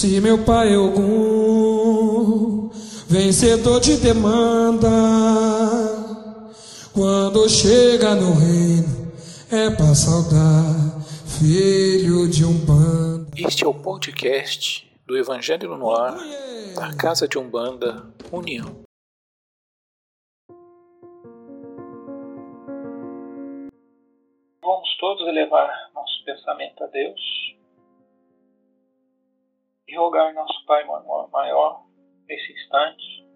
Se meu pai é algum vencedor te demanda, quando chega no reino é pra saudar, filho de Umbanda. Este é o podcast do Evangelho no Ar, da Casa de Umbanda União. Vamos todos elevar nosso pensamento a Deus e rogar nosso Pai maior nesse instante,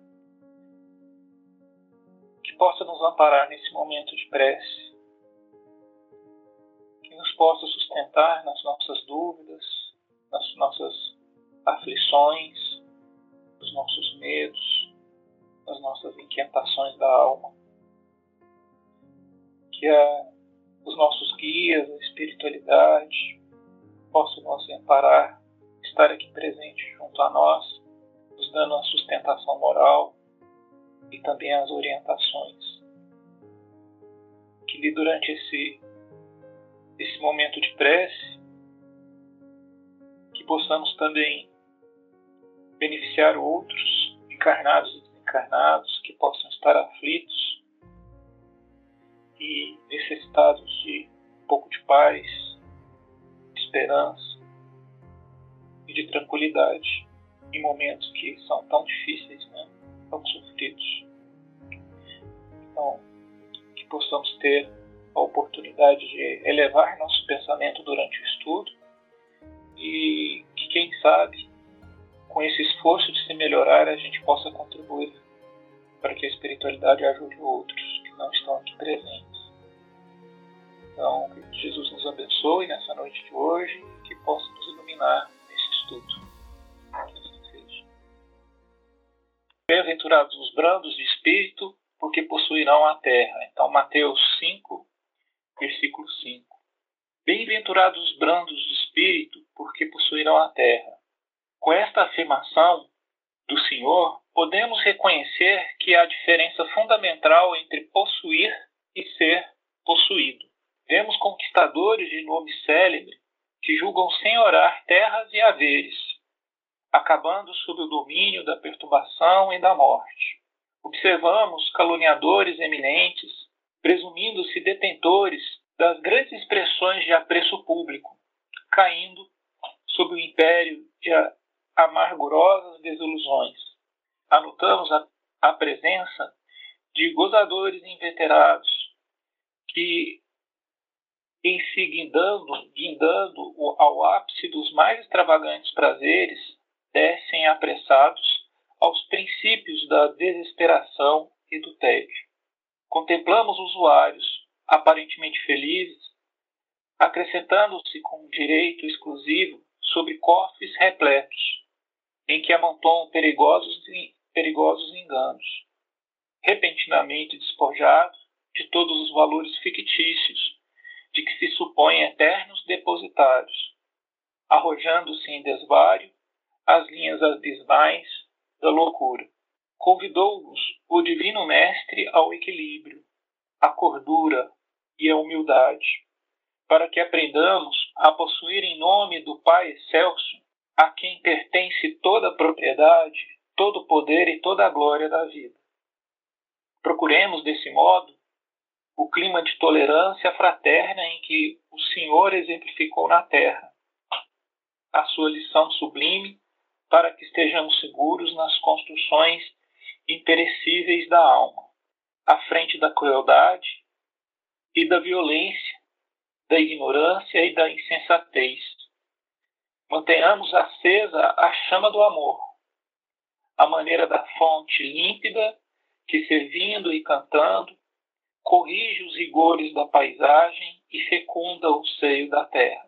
que possa nos amparar nesse momento de prece, que nos possa sustentar nas nossas dúvidas, nas nossas aflições, nos nossos medos, nas nossas inquietações da alma. Que os nossos guias, a espiritualidade, possam nos amparar, estar aqui presente junto a nós, nos dando a sustentação moral e também as orientações. Que durante esse momento de prece, que possamos também beneficiar outros, encarnados e desencarnados, que possam estar aflitos e necessitados de um pouco de paz, de esperança e de tranquilidade em momentos que são tão difíceis, né? Tão sofridos. Então, que possamos ter a oportunidade de elevar nosso pensamento durante o estudo e que, quem sabe, com esse esforço de se melhorar, a gente possa contribuir para que a espiritualidade ajude outros que não estão aqui presentes. Então, que Jesus nos abençoe nessa noite de hoje e que possa nos iluminar nesse estudo. Que assim seja. Bem-aventurados os brandos de espírito, porque possuirão a terra. Então, Mateus 5, versículo 5. Bem-aventurados os brandos de espírito, porque possuirão a terra. Com esta afirmação do Senhor, podemos reconhecer que há diferença fundamental entre possuir e ser possuído. Vemos conquistadores de nome célebre que julgam senhorar terras e haveres, acabando sob o domínio da perturbação e da morte. Observamos caluniadores eminentes, presumindo-se detentores das grandes expressões de apreço público, caindo sob o império de amargurosas desilusões. Anotamos a presença de gozadores inveterados que, em se guindando ao ápice dos mais extravagantes prazeres, descem apressados aos princípios da desesperação e do tédio. Contemplamos usuários aparentemente felizes, acrescentando-se com direito exclusivo sobre cofres repletos, em que amontoam perigosos enganos, repentinamente despojados de todos os valores fictícios de que se supõem eternos depositários, arrojando-se em desvario as linhas abismais da loucura. Convidou-nos o Divino Mestre ao equilíbrio, à cordura e à humildade, para que aprendamos a possuir em nome do Pai Excelso, a quem pertence toda a propriedade, todo o poder e toda a glória da vida. Procuremos, desse modo, o clima de tolerância fraterna em que o Senhor exemplificou na terra, a sua lição sublime para que estejamos seguros nas construções imperecíveis da alma, à frente da crueldade e da violência, da ignorância e da insensatez. Mantenhamos acesa a chama do amor, à maneira da fonte límpida que, servindo e cantando, corrige os rigores da paisagem e fecunda o seio da terra.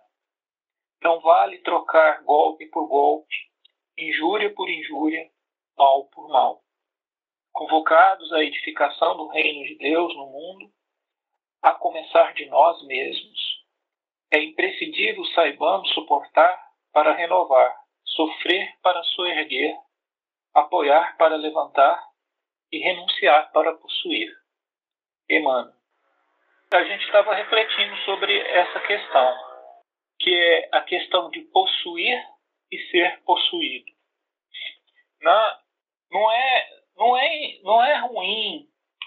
Não vale trocar golpe por golpe, injúria por injúria, mal por mal. Convocados à edificação do reino de Deus no mundo, a começar de nós mesmos, é imprescindível saibamos suportar para renovar, sofrer para soerguer, apoiar para levantar e renunciar para possuir. Emmanuel. A gente estava refletindo sobre essa questão, que é a questão de possuir e ser possuído. Não é ruim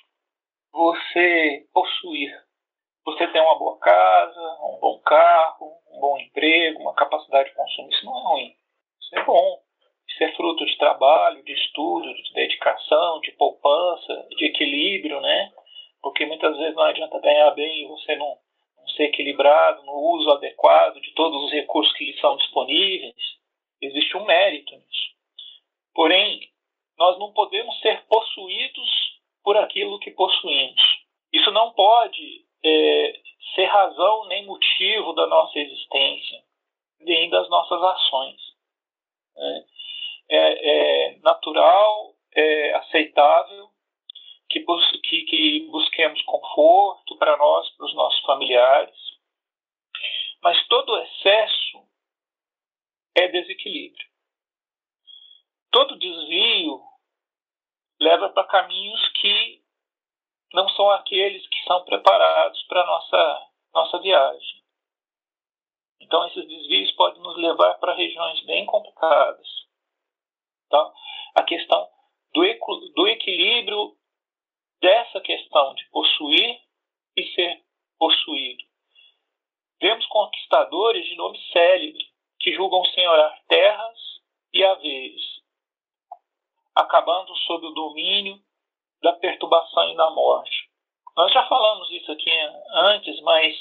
você possuir. Você tem uma boa casa, um bom carro, um bom emprego, uma capacidade de consumo. Isso não é ruim. Isso é bom. Isso é fruto de trabalho, de estudo, de dedicação, de poupança, de equilíbrio, né? Porque muitas vezes não adianta ganhar bem e você não ser equilibrado no uso adequado de todos os recursos que lhe são disponíveis. Existe um mérito nisso. Porém, nós não podemos ser possuídos por aquilo que possuímos. Isso não pode ser razão nem motivo da nossa existência, nem das nossas ações. É natural, é aceitável que busquemos conforto para nós, para os nossos familiares, mas todo excesso é desequilíbrio. Todo desvio leva para caminhos que não são aqueles que são preparados para a nossa viagem. Então, esses desvios podem nos levar para regiões bem complicadas. Tá? A questão do equilíbrio dessa questão de possuir e ser possuído. Vemos conquistadores de nome célebre que julgam senhorar terras e haveres, acabando sob o domínio da perturbação e da morte. Nós já falamos isso aqui antes, mas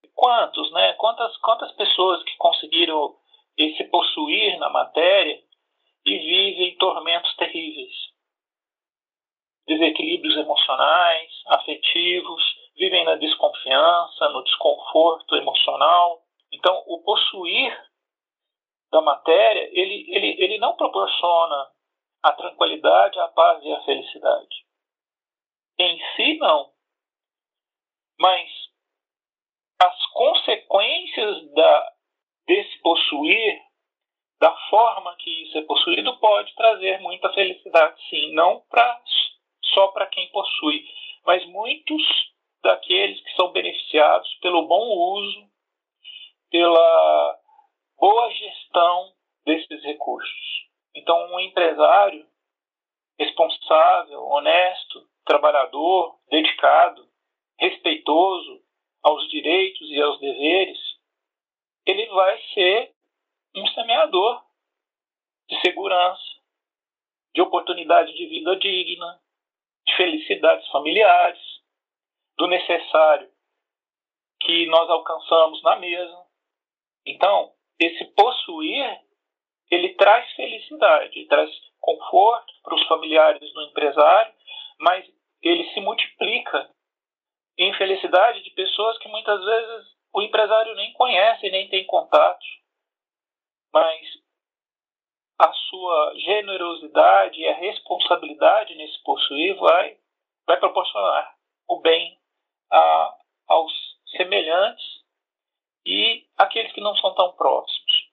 quantas pessoas que conseguiram se possuir na matéria e vivem tormentos terríveis, desequilíbrios emocionais, afetivos, vivem na desconfiança, no desconforto emocional. Então, o possuir da matéria, ele não proporciona a tranquilidade, a paz e a felicidade. Em si, não. Mas as consequências desse possuir, da forma que isso é possuído, pode trazer muita felicidade, sim. Não só para quem possui, mas muitos daqueles que são beneficiados pelo bom uso, pela boa gestão desses recursos. Então, um empresário responsável, honesto, trabalhador, dedicado, respeitoso aos direitos e aos deveres, ele vai ser um semeador de segurança, de oportunidade de vida digna, de felicidades familiares, do necessário que nós alcançamos na mesa. Então, esse possuir, ele traz felicidade, traz conforto para os familiares do empresário, mas ele se multiplica em felicidade de pessoas que muitas vezes o empresário nem conhece, nem tem contato. Mas a sua generosidade e a responsabilidade nesse possuir vai proporcionar o bem aos semelhantes e aqueles que não são tão próximos.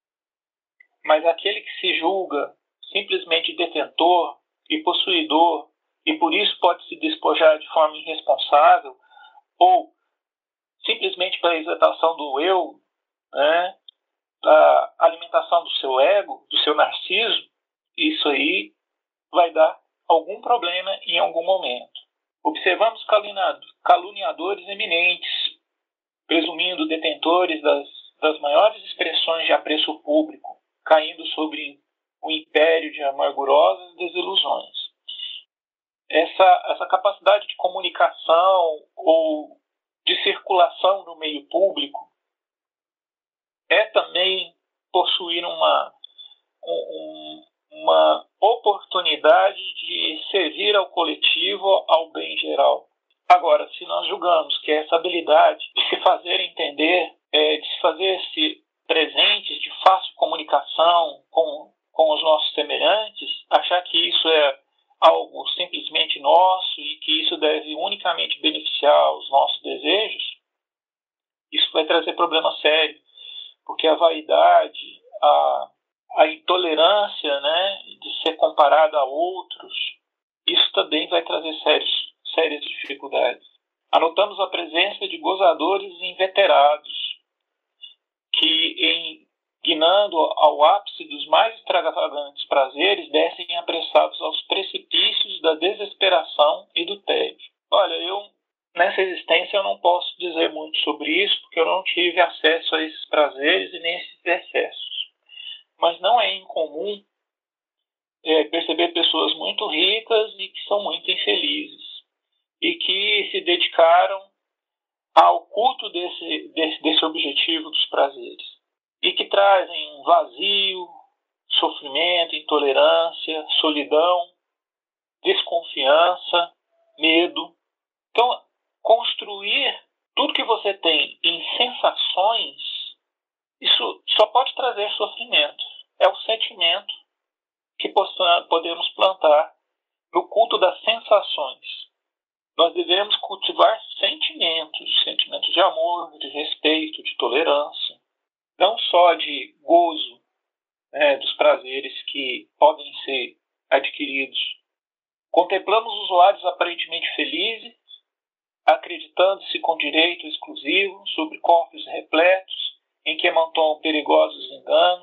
Mas aquele que se julga simplesmente detentor e possuidor e por isso pode se despojar de forma irresponsável ou simplesmente para a exaltação do eu, né, da alimentação do seu ego, do seu narciso, isso aí vai dar algum problema em algum momento. Observamos caluniadores eminentes, presumindo detentores das maiores expressões de apreço público, caindo sobre o império de amargurosas desilusões. Essa capacidade de comunicação ou de circulação no meio público é também possuir uma oportunidade de servir ao coletivo, ao bem geral. Agora, se nós julgamos que essa habilidade de se fazer entender, de se fazer-se presentes, de fácil comunicação com os nossos semelhantes, achar que isso é algo simplesmente nosso e que isso deve unicamente beneficiar os nossos desejos, isso vai trazer problema sério, porque a vaidade, a intolerância, né, de ser comparado a outros, isso também vai trazer sérias dificuldades. Anotamos a presença de gozadores inveterados, que em guinando ao ápice dos mais extravagantes prazeres, descem apressados aos precipícios da desesperação e do tédio. Olha, nessa existência eu não posso dizer muito sobre isso, porque eu não tive acesso a esses prazeres e nem a esses excessos. Mas não é incomum perceber pessoas muito ricas e que são muito infelizes, e que se dedicaram ao culto desse objetivo dos prazeres, e que trazem um vazio, sofrimento, intolerância, solidão, desconfiança, medo. Então, construir tudo que você tem em sensações, isso só pode trazer sofrimento. É o sentimento que podemos plantar no culto das sensações. Nós devemos cultivar sentimentos de amor, de respeito, de tolerância, não só de gozo, dos prazeres que podem ser adquiridos. Contemplamos usuários aparentemente felizes, acreditando-se com direito exclusivo sobre corpos repletos em que amontoam perigosos enganos,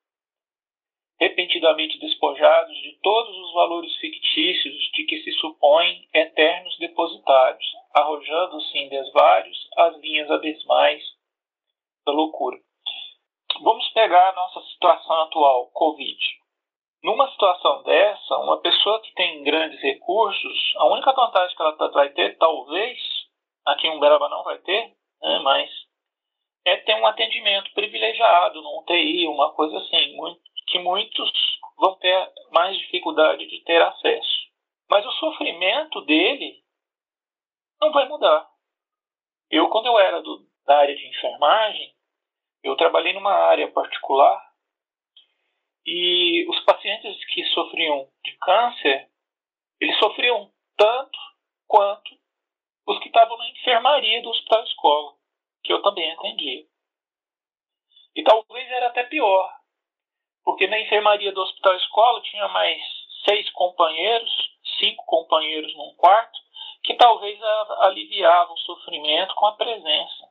repentinamente despojados de todos os valores fictícios de que se supõem eternos depositários, arrojando-se em desvários as linhas abismais da loucura. Vamos pegar a nossa situação atual, Covid. Numa situação dessa, uma pessoa que tem grandes recursos, a única vantagem que ela vai ter, talvez, aqui em Uberaba não vai ter, mas é ter um atendimento privilegiado no UTI, uma coisa assim, que muitos vão ter mais dificuldade de ter acesso. Mas o sofrimento dele não vai mudar. Quando eu era da área de enfermagem, eu trabalhei numa área particular e os pacientes que sofriam de câncer, eles sofriam tanto quanto os que estavam na enfermaria do hospital escola, que eu também atendia. E talvez era até pior, porque na enfermaria do hospital escola tinha mais 6 companheiros, 5 companheiros num quarto, que talvez aliviavam o sofrimento com a presença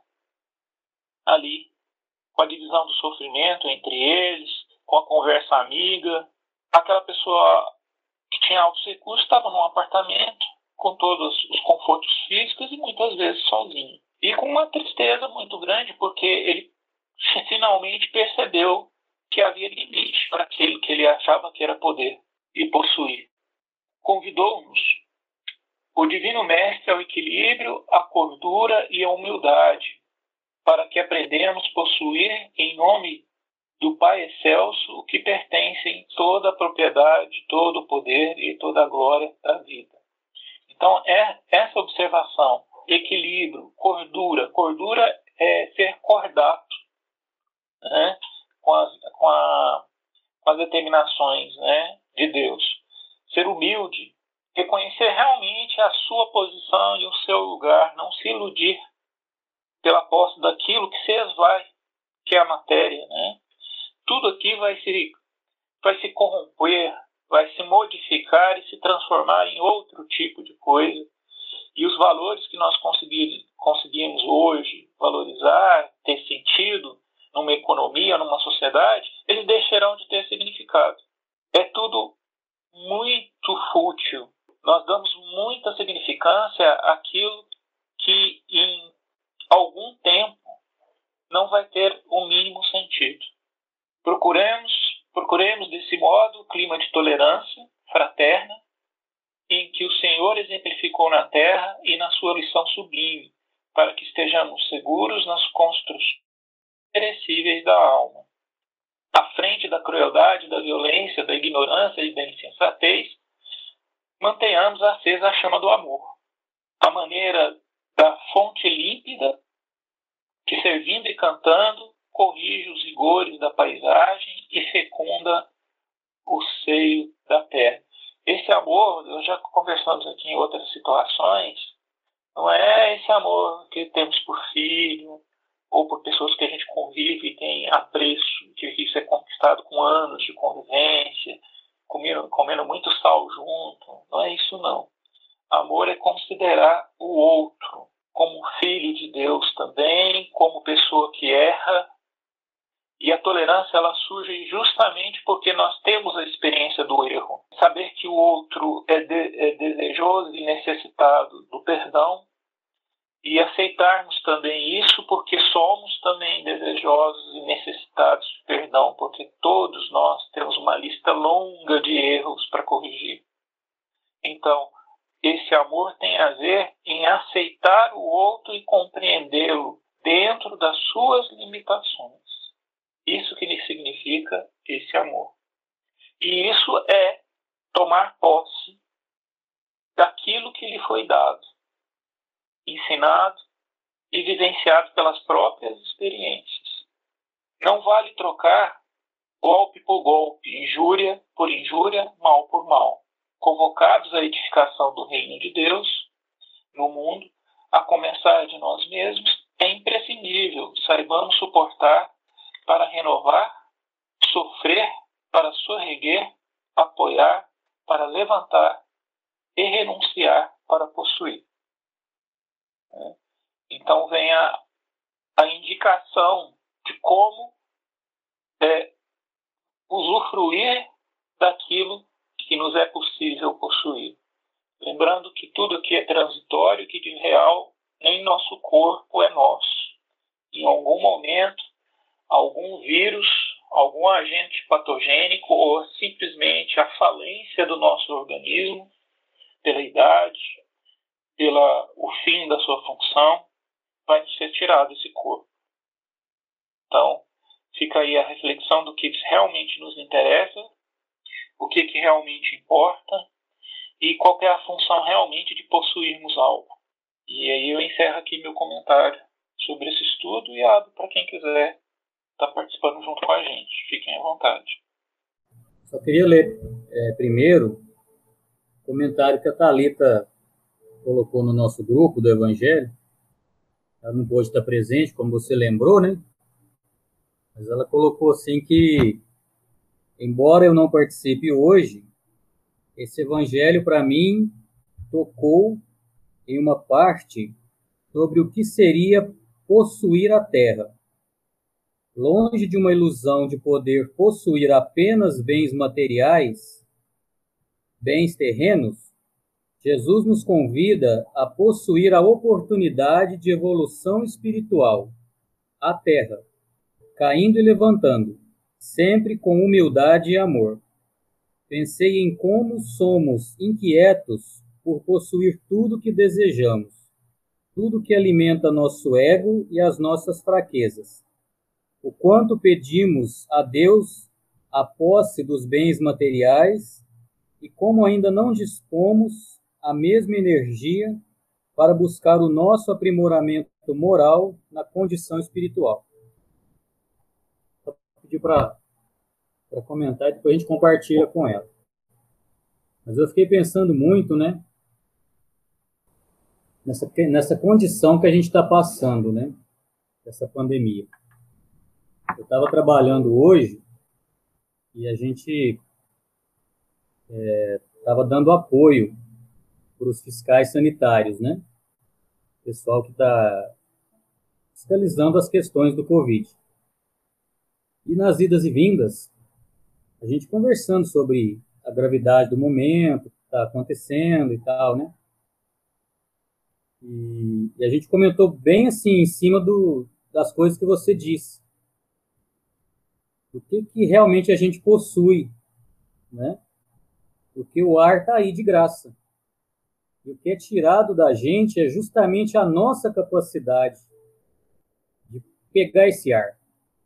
ali, com a divisão do sofrimento entre eles, com a conversa amiga. Aquela pessoa que tinha altos recursos estava num apartamento com todos os confortos físicos e muitas vezes sozinho. E com uma tristeza muito grande, porque ele finalmente percebeu que havia limite para aquilo que ele achava que era poder e possuir. Convidou-nos o Divino Mestre ao equilíbrio, à cordura e à humildade, para que aprendamos a possuir em nome do Pai Excelso o que pertence em toda a propriedade, todo o poder e toda a glória da vida. Então, essa observação, equilíbrio, cordura. Cordura é ser cordato, né, com as determinações, né, de Deus. Ser humilde, reconhecer realmente a sua posição e o seu lugar, não se iludir pela posse daquilo que se esvai, que é a matéria, né? Tudo aqui vai se corromper, vai se modificar e se transformar em outro tipo de coisa. E os valores que nós conseguimos hoje valorizar, ter sentido numa economia, numa sociedade, eles deixarão de ter significado. É tudo muito fútil. Nós damos muita significância àquilo que em algum tempo não vai ter o mínimo sentido. Procuremos desse modo o clima de tolerância fraterna em que o Senhor exemplificou na terra e na sua lição sublime, para que estejamos seguros nas construções perecíveis da alma. À frente da crueldade, da violência, da ignorância e da insensatez, mantenhamos acesa a chama do amor, a maneira da fonte límpida que, servindo e cantando, corrige os rigores da paisagem e fecunda o seio da terra. Esse amor, nós já conversamos aqui em outras situações, não é esse amor que temos por filho ou por pessoas que a gente convive e tem apreço, que isso é conquistado com anos de convivência, comendo muito sal junto. Não é isso, não. Amor é considerar o outro como filho de Deus também, como pessoa que erra, E a tolerância, ela surge justamente porque nós temos a experiência do erro. Saber que o outro é desejoso e necessitado do perdão, e aceitarmos também isso porque somos também desejosos e necessitados de perdão, porque todos nós temos uma lista longa de erros para corrigir. Então, esse amor tem a ver em aceitar o outro e compreendê-lo dentro das suas limitações. Isso que significa esse amor. E isso é tomar posse daquilo que lhe foi dado, ensinado e vivenciado pelas próprias experiências. Não vale trocar golpe por golpe, injúria por injúria, mal por mal. Convocados à edificação do reino de Deus no mundo, a começar de nós mesmos, é imprescindível saibamos suportar para renovar, sofrer para sorreguer, apoiar para levantar e renunciar para possuir. Então vem a indicação de como usufruir daquilo que nos é possível possuir. Lembrando que tudo aqui é transitório, que de real nem nosso corpo é nosso. Em algum momento, algum vírus, algum agente patogênico ou simplesmente a falência do nosso organismo, pela idade, pelo fim da sua função, vai nos ser tirado esse corpo. Então, fica aí a reflexão do que realmente nos interessa, o que realmente importa e qual é a função realmente de possuirmos algo. E aí eu encerro aqui meu comentário sobre esse estudo e abro para quem quiser estar participando junto com a gente. Fiquem à vontade. Só queria ler primeiro o comentário que a Thalita colocou no nosso grupo do Evangelho. Ela não pôde estar presente, como você lembrou, né? Mas ela colocou assim que, embora eu não participe hoje, esse Evangelho, para mim, tocou em uma parte sobre o que seria possuir a terra. Longe de uma ilusão de poder possuir apenas bens materiais, bens terrenos, Jesus nos convida a possuir a oportunidade de evolução espiritual, a terra, caindo e levantando, sempre com humildade e amor. Pensei em como somos inquietos por possuir tudo que desejamos, tudo que alimenta nosso ego e as nossas fraquezas. O quanto pedimos a Deus a posse dos bens materiais e como ainda não dispomos a mesma energia para buscar o nosso aprimoramento moral na condição espiritual. Vou pedir para comentar e depois a gente compartilha com ela. Mas eu fiquei pensando muito, né, nessa condição que a gente está passando, né, dessa pandemia. Eu estava trabalhando hoje e a gente estava dando apoio para os fiscais sanitários, né? Pessoal que está fiscalizando as questões do Covid. E nas idas e vindas, a gente conversando sobre a gravidade do momento, o que está acontecendo e tal, né? E a gente comentou bem assim, em cima das coisas que você disse. O que realmente a gente possui, né? Porque o ar está aí de graça. E o que é tirado da gente é justamente a nossa capacidade de pegar esse ar,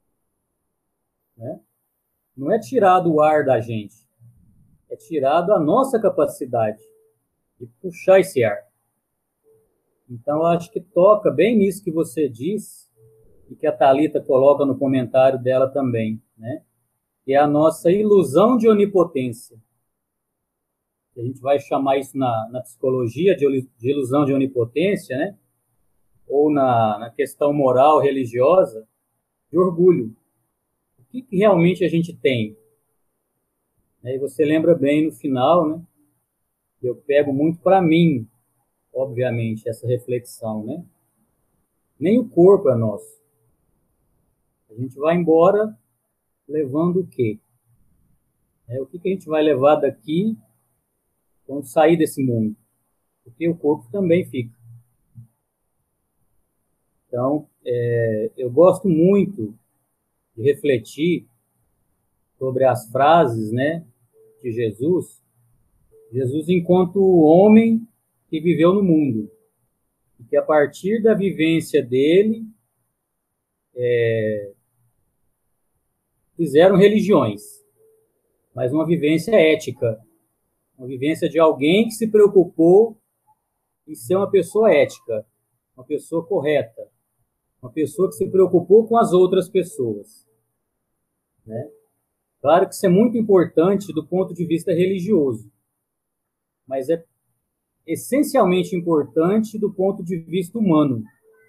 né? Não é tirado o ar da gente, é tirado a nossa capacidade de puxar esse ar. Então, eu acho que toca bem nisso que você disse e que a Thalita coloca no comentário dela também, né? Que é a nossa ilusão de onipotência. A gente vai chamar isso na psicologia de ilusão de onipotência, né? Ou na questão moral, religiosa, de orgulho. O que realmente a gente tem? E você lembra bem no final, né? Eu pego muito para mim, obviamente, essa reflexão, né? Nem o corpo é nosso. A gente vai embora levando o quê? O que a gente vai levar daqui quando sair desse mundo? Porque o corpo também fica. Então, eu gosto muito de refletir sobre as frases, né, de Jesus. Jesus enquanto homem que viveu no mundo. E que a partir da vivência dele, fizeram religiões. Mas uma vivência ética. Uma vivência de alguém que se preocupou em ser uma pessoa ética. Uma pessoa correta. Uma pessoa que se preocupou com as outras pessoas. Né? Claro que isso é muito importante do ponto de vista religioso, mas é essencialmente importante do ponto de vista humano,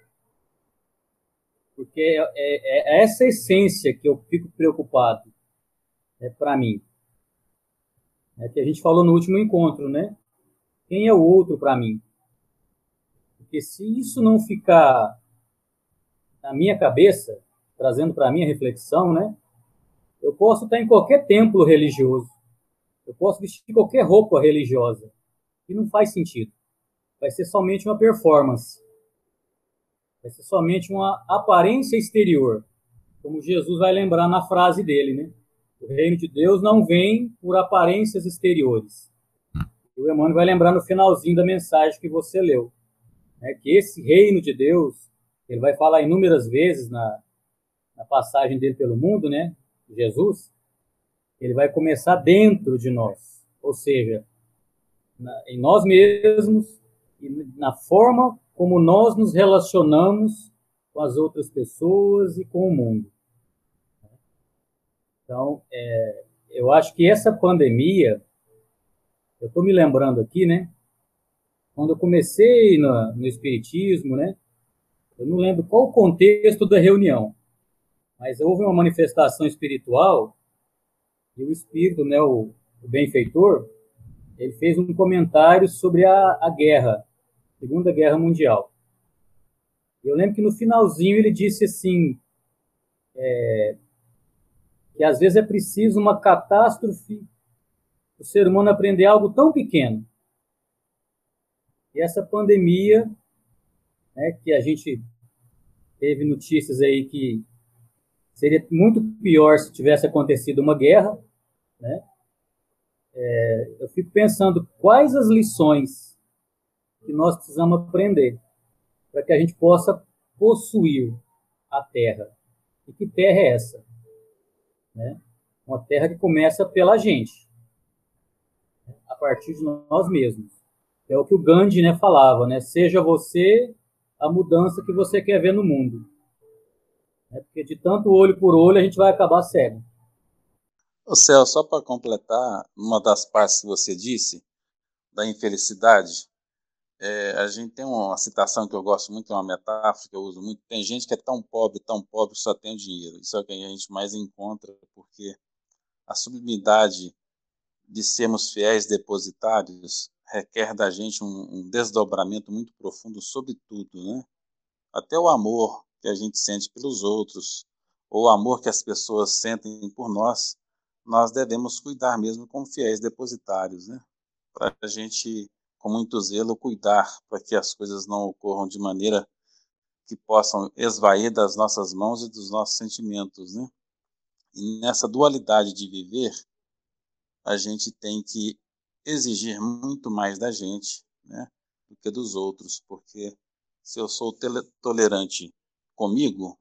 porque é essa essência que eu fico preocupado, para mim. Que a gente falou no último encontro, né? Quem é o outro para mim? Porque se isso não ficar na minha cabeça, trazendo para a minha reflexão, né? Eu posso estar em qualquer templo religioso, eu posso vestir qualquer roupa religiosa, e não faz sentido. Vai ser somente uma performance. Vai ser somente uma aparência exterior. Como Jesus vai lembrar na frase dele, né? O reino de Deus não vem por aparências exteriores. E o Emmanuel vai lembrar no finalzinho da mensagem que você leu. Que esse reino de Deus, ele vai falar inúmeras vezes na passagem dele pelo mundo, né? Jesus, ele vai começar dentro de nós. Ou seja, em nós mesmos e na forma como nós nos relacionamos com as outras pessoas e com o mundo. Então, eu acho que essa pandemia, eu estou me lembrando aqui, né? Quando eu comecei no Espiritismo, né? Eu não lembro qual o contexto da reunião, mas houve uma manifestação espiritual e o Espírito, né? O benfeitor, ele fez um comentário sobre a guerra, Segunda Guerra Mundial. Eu lembro que no finalzinho ele disse assim, que às vezes é preciso uma catástrofe o ser humano aprender algo tão pequeno. E essa pandemia, né, que a gente teve notícias aí que seria muito pior se tivesse acontecido uma guerra, né? Eu fico pensando quais as lições que nós precisamos aprender para que a gente possa possuir a terra. E que terra é essa? Né? Uma terra que começa pela gente, a partir de nós mesmos. É o que o Gandhi, né, falava, né? Seja você a mudança que você quer ver no mundo. Porque de tanto olho por olho a gente vai acabar cego. Ô Celso, só para completar, uma das partes que você disse, da infelicidade, a gente tem uma citação que eu gosto muito, é uma metáfora que eu uso muito. Tem gente que é tão pobre, só tem o dinheiro. Isso é o que a gente mais encontra, porque a sublimidade de sermos fiéis depositários requer da gente um desdobramento muito profundo sobre tudo, né? Até o amor que a gente sente pelos outros, ou o amor que as pessoas sentem por nós, nós devemos cuidar mesmo como fiéis depositários, né? Para a gente, com muito zelo, cuidar para que as coisas não ocorram de maneira que possam esvair das nossas mãos e dos nossos sentimentos, né? E nessa dualidade de viver, a gente tem que exigir muito mais da gente, né, do que dos outros, porque se eu sou tolerante comigo,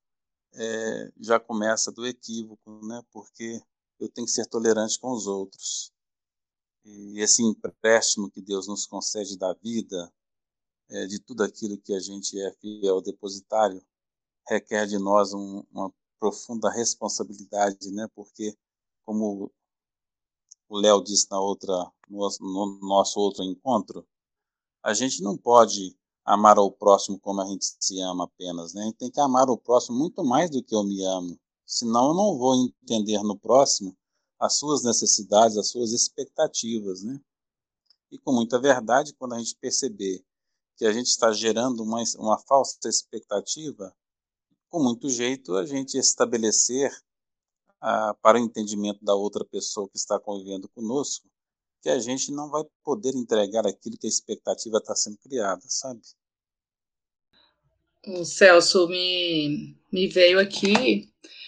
já começa do equívoco, né, porque eu tenho que ser tolerante com os outros. E esse empréstimo que Deus nos concede da vida, de tudo aquilo que a gente é fiel depositário, requer de nós uma profunda responsabilidade, né, porque, como o Léo disse no nosso outro encontro, a gente não pode amar ao próximo como a gente se ama apenas, né? A gente tem que amar o próximo muito mais do que eu me amo, senão eu não vou entender no próximo as suas necessidades, as suas expectativas, né? E com muita verdade, quando a gente perceber que a gente está gerando uma falsa expectativa, com muito jeito, a gente estabelecer para o entendimento da outra pessoa que está convivendo conosco, que a gente não vai poder entregar aquilo que a expectativa está sendo criada, sabe? O Celso, me veio aqui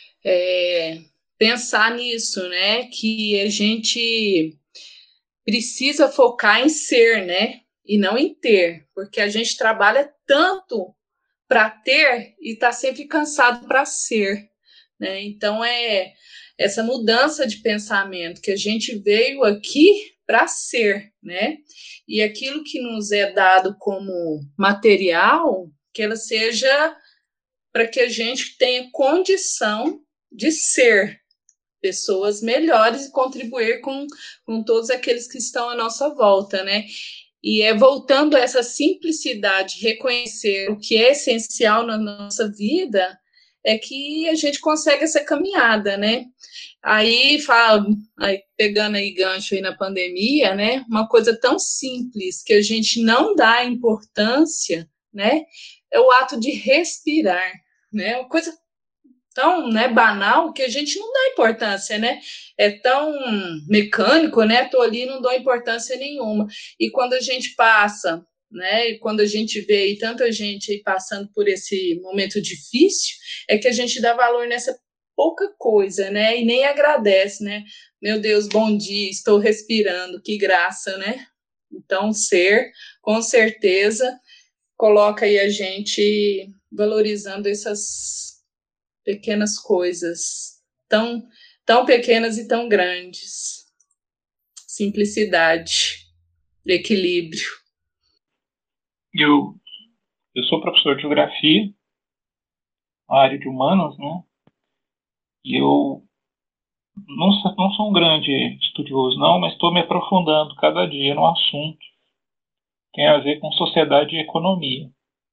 pensar nisso, né? Que a gente precisa focar em ser, né? E não em ter, porque a gente trabalha tanto para ter e está sempre cansado para ser, né? Então é essa mudança de pensamento que a gente veio aqui para ser, né? E aquilo que nos é dado como material, que ela seja para que a gente tenha condição de ser pessoas melhores e contribuir com todos aqueles que estão à nossa volta, né? E voltando a essa simplicidade, reconhecer o que é essencial na nossa vida, é que a gente consegue essa caminhada, né? Aí, pegando aí gancho aí na pandemia, né? Uma coisa tão simples que a gente não dá importância, né? É o ato de respirar, né? Uma coisa tão, né, banal que a gente não dá importância, né? É tão mecânico, né? Tô ali, não dou importância nenhuma. E quando a gente passa, né? E quando a gente vê aí tanta gente aí passando por esse momento difícil, é que a gente dá valor nessa pouca coisa, né? E nem agradece, né? Meu Deus, bom dia, estou respirando, que graça, né? Então, ser, com certeza, coloca aí a gente valorizando essas pequenas coisas, tão pequenas e tão grandes. Simplicidade, equilíbrio. Eu sou professor de geografia, na área de humanos, né? E eu não sou um grande estudioso, não, mas estou me aprofundando cada dia no assunto. Tem a ver com sociedade e economia.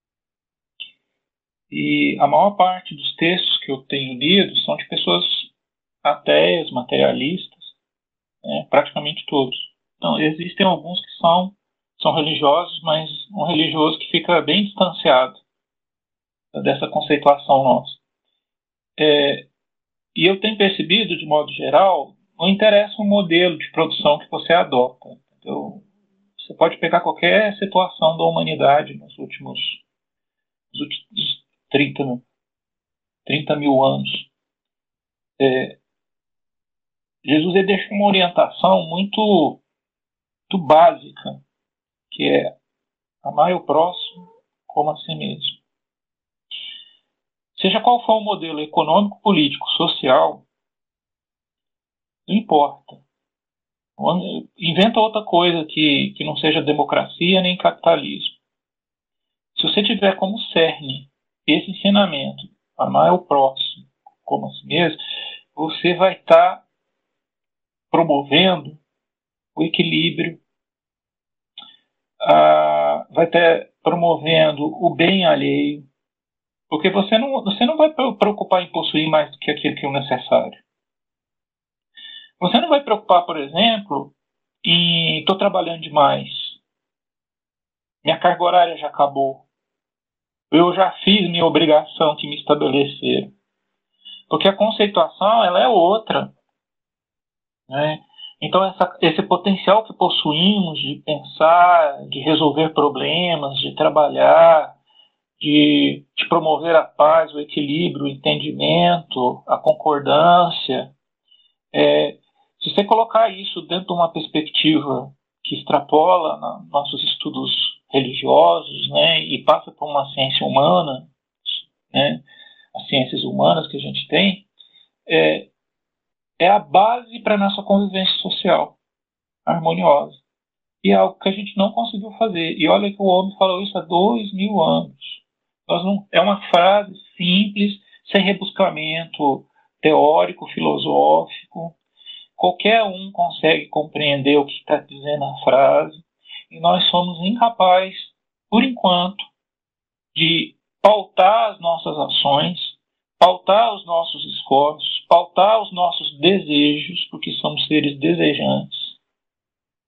E a maior parte dos textos que eu tenho lido são de pessoas ateias, materialistas, né? Praticamente todos. Então, existem alguns que são religiosos, mas um religioso que fica bem distanciado dessa conceituação nossa. E eu tenho percebido, de modo geral, não interessa o modelo de produção que você adota. Então, você pode pegar qualquer situação da humanidade nos últimos 30 mil anos. Jesus ele deixa uma orientação muito básica, que é amar o próximo como a si mesmo. Seja qual for o modelo econômico, político, social, não importa. Inventa outra coisa que não seja democracia nem capitalismo. Se você tiver como cerne esse ensinamento, amar o próximo como a si mesmo, você vai estar promovendo o equilíbrio, vai estar promovendo o bem alheio, porque você não vai preocupar em possuir mais do que aquilo que é necessário. Você não vai preocupar, por exemplo, em estou trabalhando demais, minha carga horária já acabou, eu já fiz minha obrigação que me estabeleceram. Porque a conceituação ela é outra, né? Então esse potencial que possuímos de pensar, de resolver problemas, de trabalhar, de promover a paz, o equilíbrio, o entendimento, a concordância, se você colocar isso dentro de uma perspectiva que extrapola nossos estudos religiosos, né, e passa por uma ciência humana, né, as ciências humanas que a gente tem, é a base para a nossa convivência social harmoniosa. E é algo que a gente não conseguiu fazer. E olha que o homem falou isso há 2000 anos. É uma frase simples, sem rebuscamento teórico, filosófico. Qualquer um consegue compreender o que está dizendo a frase. E nós somos incapazes, por enquanto, de pautar as nossas ações, pautar os nossos esforços, pautar os nossos desejos, porque somos seres desejantes,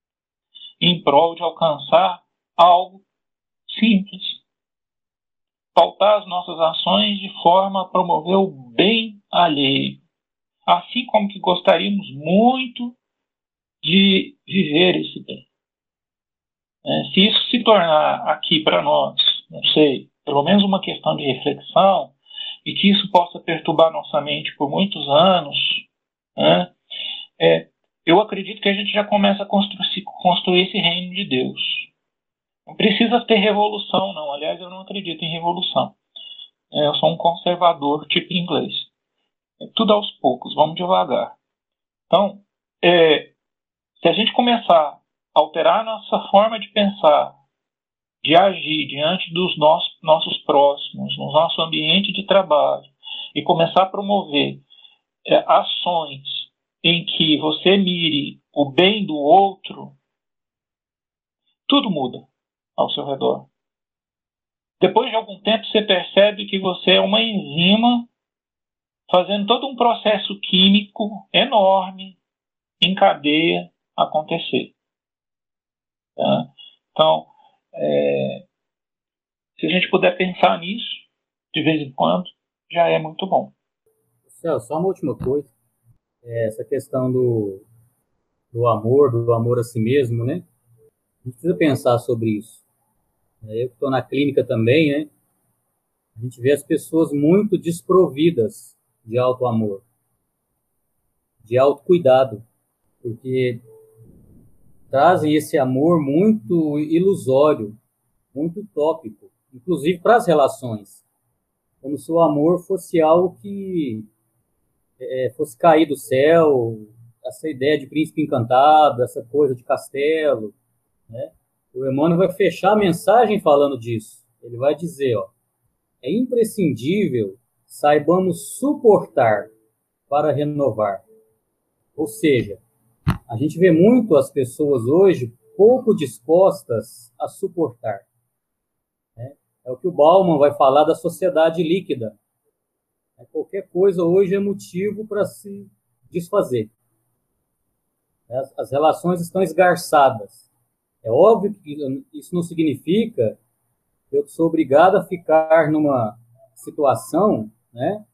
em prol de alcançar algo simples. pautar as nossas ações de forma a promover o bem alheio, assim como que gostaríamos muito de viver esse bem. Se isso se tornar aqui para nós, não sei, pelo menos uma questão de reflexão, e que isso possa perturbar nossa mente por muitos anos, né, eu acredito que a gente já começa a construir esse reino de Deus. Não precisa ter revolução, não. Aliás, eu não acredito em revolução. Eu sou um conservador tipo inglês. Tudo aos poucos, vamos devagar. Então, se a gente começar a alterar a nossa forma de pensar, de agir diante dos nossos próximos, no nosso ambiente de trabalho, e começar a promover ações em que você mire o bem do outro, tudo muda ao seu redor. Depois de algum tempo, você percebe que você é uma enzima fazendo todo um processo químico enorme em cadeia acontecer. Tá? Então, se a gente puder pensar nisso de vez em quando, já é muito bom. Celso, só uma última coisa. Essa questão do amor a si mesmo, né? A gente precisa pensar sobre isso. Eu que estou na clínica também, né? A gente vê as pessoas muito desprovidas de auto-amor, de autocuidado, porque trazem esse amor muito ilusório, muito utópico, inclusive para as relações, como se o amor fosse algo que fosse cair do céu, essa ideia de príncipe encantado, essa coisa de castelo, né? O Emmanuel vai fechar a mensagem falando disso. Ele vai dizer, é imprescindível saibamos suportar para renovar. Ou seja, a gente vê muito as pessoas hoje pouco dispostas a suportar. Né? É o que o Bauman vai falar da sociedade líquida. Qualquer coisa hoje é motivo para se desfazer. As relações estão esgarçadas. É óbvio que isso não significa que eu sou obrigado a ficar numa situação, né,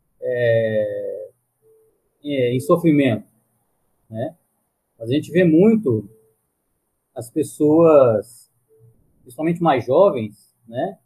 em sofrimento. Né? Mas a gente vê muito as pessoas, principalmente mais jovens, né,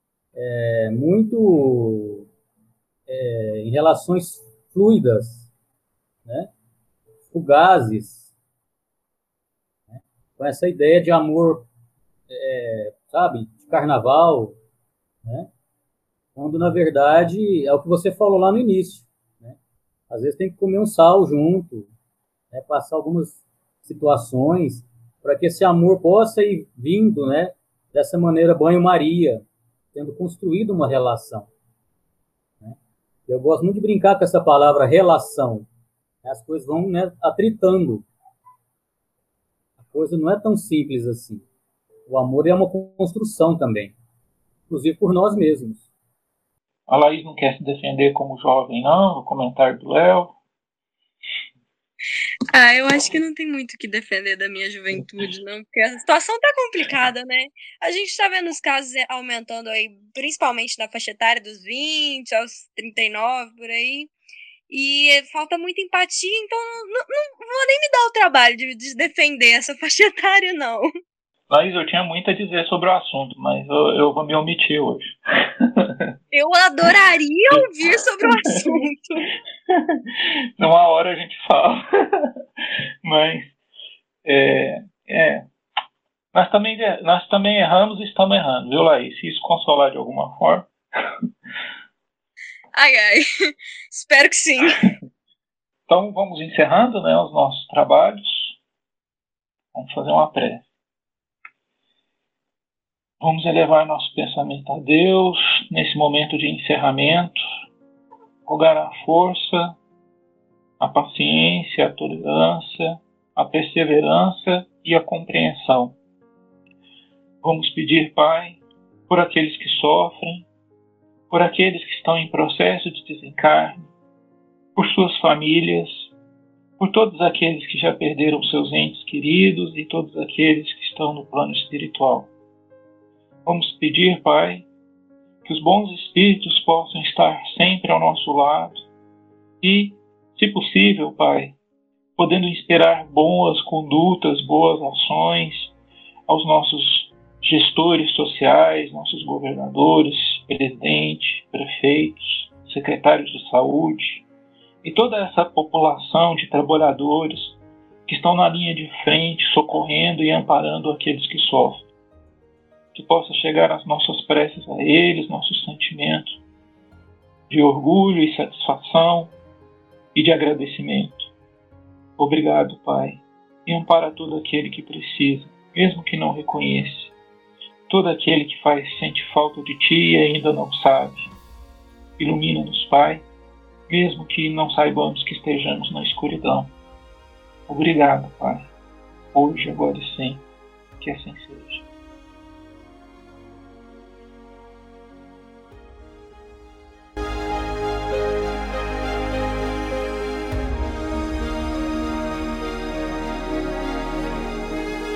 muito em relações fluidas, né, fugazes, né, com essa ideia de amor, sabe, de carnaval, né, quando na verdade é o que você falou lá no início, né, às vezes tem que comer um sal junto, né, passar algumas situações para que esse amor possa ir vindo, né, dessa maneira banho-maria, tendo construído uma relação. Né? Eu gosto muito de brincar com essa palavra relação. As coisas vão, né, atritando. A coisa não é tão simples assim. O amor é uma construção também, inclusive por nós mesmos. A Laís não quer se defender como jovem, não? O comentário do Léo. Eu acho que não tem muito o que defender da minha juventude, não, porque a situação tá complicada, né? A gente tá vendo os casos aumentando aí, principalmente na faixa etária dos 20 aos 39, por aí, e falta muita empatia, então não vou nem me dar o trabalho de defender essa faixa etária, não. Laís, eu tinha muito a dizer sobre o assunto, mas eu vou me omitir hoje. Eu adoraria ouvir sobre o assunto. Numa hora a gente fala. Mas nós também erramos e estamos errando, viu, Laís? Se isso consolar de alguma forma. Ai. Espero que sim. Então vamos encerrando, né, os nossos trabalhos. Vamos fazer uma prece. Vamos elevar nosso pensamento a Deus nesse momento de encerramento, rogar a força, a paciência, a tolerância, a perseverança e a compreensão. Vamos pedir, Pai, por aqueles que sofrem, por aqueles que estão em processo de desencarne, por suas famílias, por todos aqueles que já perderam seus entes queridos e todos aqueles que estão no plano espiritual. Vamos pedir, Pai, Que os bons espíritos possam estar sempre ao nosso lado e, se possível, Pai, podendo inspirar boas condutas, boas ações aos nossos gestores sociais, nossos governadores, presidente, prefeitos, secretários de saúde e toda essa população de trabalhadores que estão na linha de frente, socorrendo e amparando aqueles que sofrem. Que possa chegar as nossas preces a eles, nossos sentimentos de orgulho e satisfação e de agradecimento. Obrigado, Pai, e ampara todo aquele que precisa, mesmo que não reconheça. Todo aquele que sente falta de Ti e ainda não sabe. Ilumina-nos, Pai, mesmo que não saibamos que estejamos na escuridão. Obrigado, Pai, hoje, agora e sempre, que assim seja.